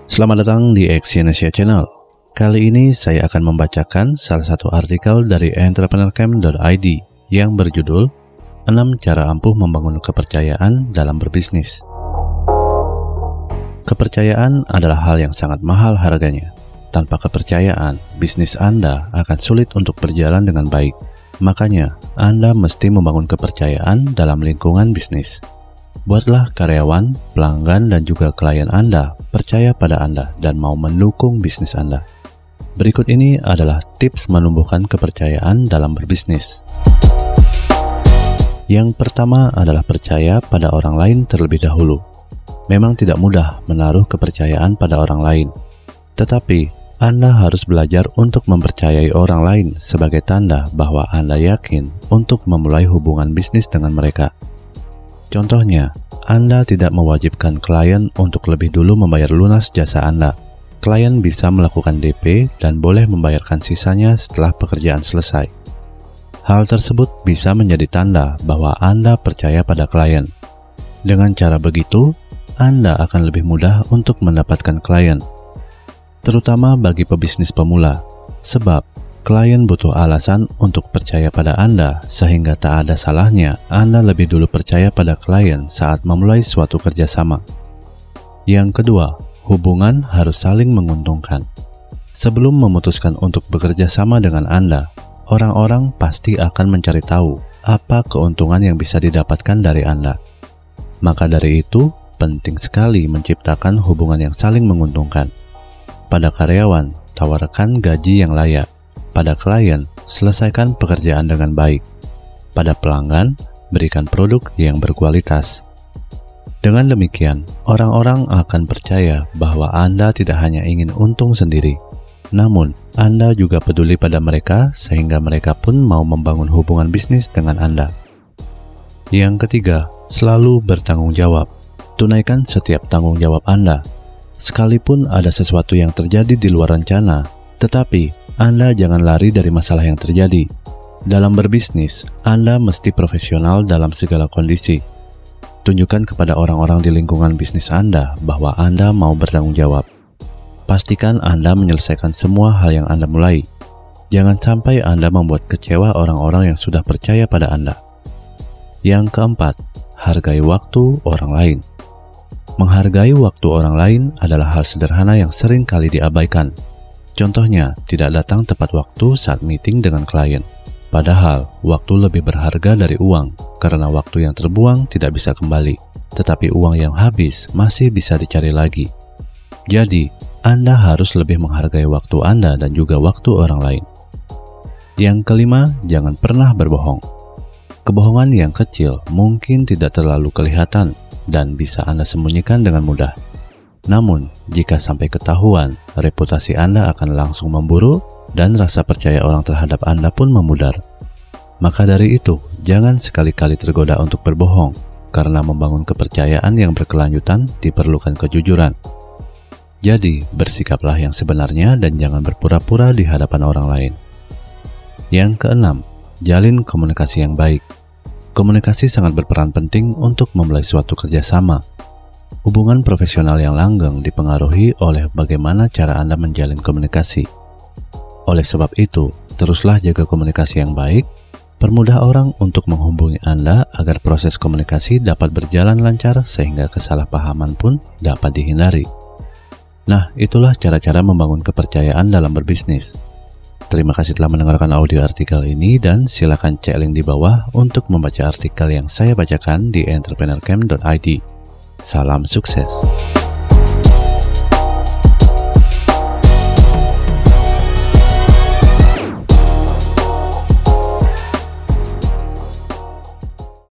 Selamat datang di Exyonesia Channel. Kali ini saya akan membacakan salah satu artikel dari entrepreneurcamp.id yang berjudul 6 cara ampuh membangun kepercayaan dalam berbisnis. Kepercayaan adalah hal yang sangat mahal harganya. Tanpa kepercayaan, bisnis Anda akan sulit untuk berjalan dengan baik. Makanya, Anda mesti membangun kepercayaan dalam lingkungan bisnis. Buatlah karyawan, pelanggan, dan juga klien Anda percaya pada Anda dan mau mendukung bisnis Anda. Berikut ini adalah tips menumbuhkan kepercayaan dalam berbisnis. Yang pertama adalah percaya pada orang lain terlebih dahulu. Memang tidak mudah menaruh kepercayaan pada orang lain, tetapi Anda harus belajar untuk mempercayai orang lain sebagai tanda bahwa Anda yakin untuk memulai hubungan bisnis dengan mereka. Contohnya, Anda tidak mewajibkan klien untuk lebih dulu membayar lunas jasa Anda. Klien bisa melakukan DP dan boleh membayarkan sisanya setelah pekerjaan selesai. Hal tersebut bisa menjadi tanda bahwa Anda percaya pada klien. Dengan cara begitu, Anda akan lebih mudah untuk mendapatkan klien, terutama bagi pebisnis pemula, sebab klien butuh alasan untuk percaya pada Anda, sehingga tak ada salahnya Anda lebih dulu percaya pada klien saat memulai suatu kerjasama. Yang kedua, hubungan harus saling menguntungkan. Sebelum memutuskan untuk bekerja sama dengan Anda, orang-orang pasti akan mencari tahu apa keuntungan yang bisa didapatkan dari Anda. Maka dari itu, penting sekali menciptakan hubungan yang saling menguntungkan. Pada karyawan, tawarkan gaji yang layak. Pada klien, selesaikan pekerjaan dengan baik. Pada pelanggan, berikan produk yang berkualitas. Dengan demikian, orang-orang akan percaya bahwa Anda tidak hanya ingin untung sendiri, namun Anda juga peduli pada mereka sehingga mereka pun mau membangun hubungan bisnis dengan Anda. Yang ketiga, selalu bertanggung jawab. Tunaikan setiap tanggung jawab Anda. Sekalipun ada sesuatu yang terjadi di luar rencana, tetapi Anda jangan lari dari masalah yang terjadi. Dalam berbisnis, Anda mesti profesional dalam segala kondisi. Tunjukkan kepada orang-orang di lingkungan bisnis Anda bahwa Anda mau bertanggung jawab. Pastikan Anda menyelesaikan semua hal yang Anda mulai. Jangan sampai Anda membuat kecewa orang-orang yang sudah percaya pada Anda. Yang keempat, hargai waktu orang lain. Menghargai waktu orang lain adalah hal sederhana yang sering kali diabaikan. Contohnya, tidak datang tepat waktu saat meeting dengan klien. Padahal, waktu lebih berharga dari uang, karena waktu yang terbuang tidak bisa kembali, tetapi uang yang habis masih bisa dicari lagi. Jadi, Anda harus lebih menghargai waktu Anda dan juga waktu orang lain. Yang kelima, jangan pernah berbohong. Kebohongan yang kecil mungkin tidak terlalu kelihatan dan bisa Anda sembunyikan dengan mudah. Namun, jika sampai ketahuan, reputasi Anda akan langsung memburuk dan rasa percaya orang terhadap Anda pun memudar. Maka dari itu, jangan sekali-kali tergoda untuk berbohong, karena membangun kepercayaan yang berkelanjutan diperlukan kejujuran. Jadi, bersikaplah yang sebenarnya dan jangan berpura-pura di hadapan orang lain. Yang keenam, jalin komunikasi yang baik. Komunikasi sangat berperan penting untuk memulai suatu kerjasama. Hubungan profesional yang langgeng dipengaruhi oleh bagaimana cara Anda menjalin komunikasi. Oleh sebab itu, teruslah jaga komunikasi yang baik, permudah orang untuk menghubungi Anda agar proses komunikasi dapat berjalan lancar sehingga kesalahpahaman pun dapat dihindari. Nah, itulah cara-cara membangun kepercayaan dalam berbisnis. Terima kasih telah mendengarkan audio artikel ini dan silakan cek link di bawah untuk membaca artikel yang saya bacakan di entrepreneurcamp.id. Salam sukses.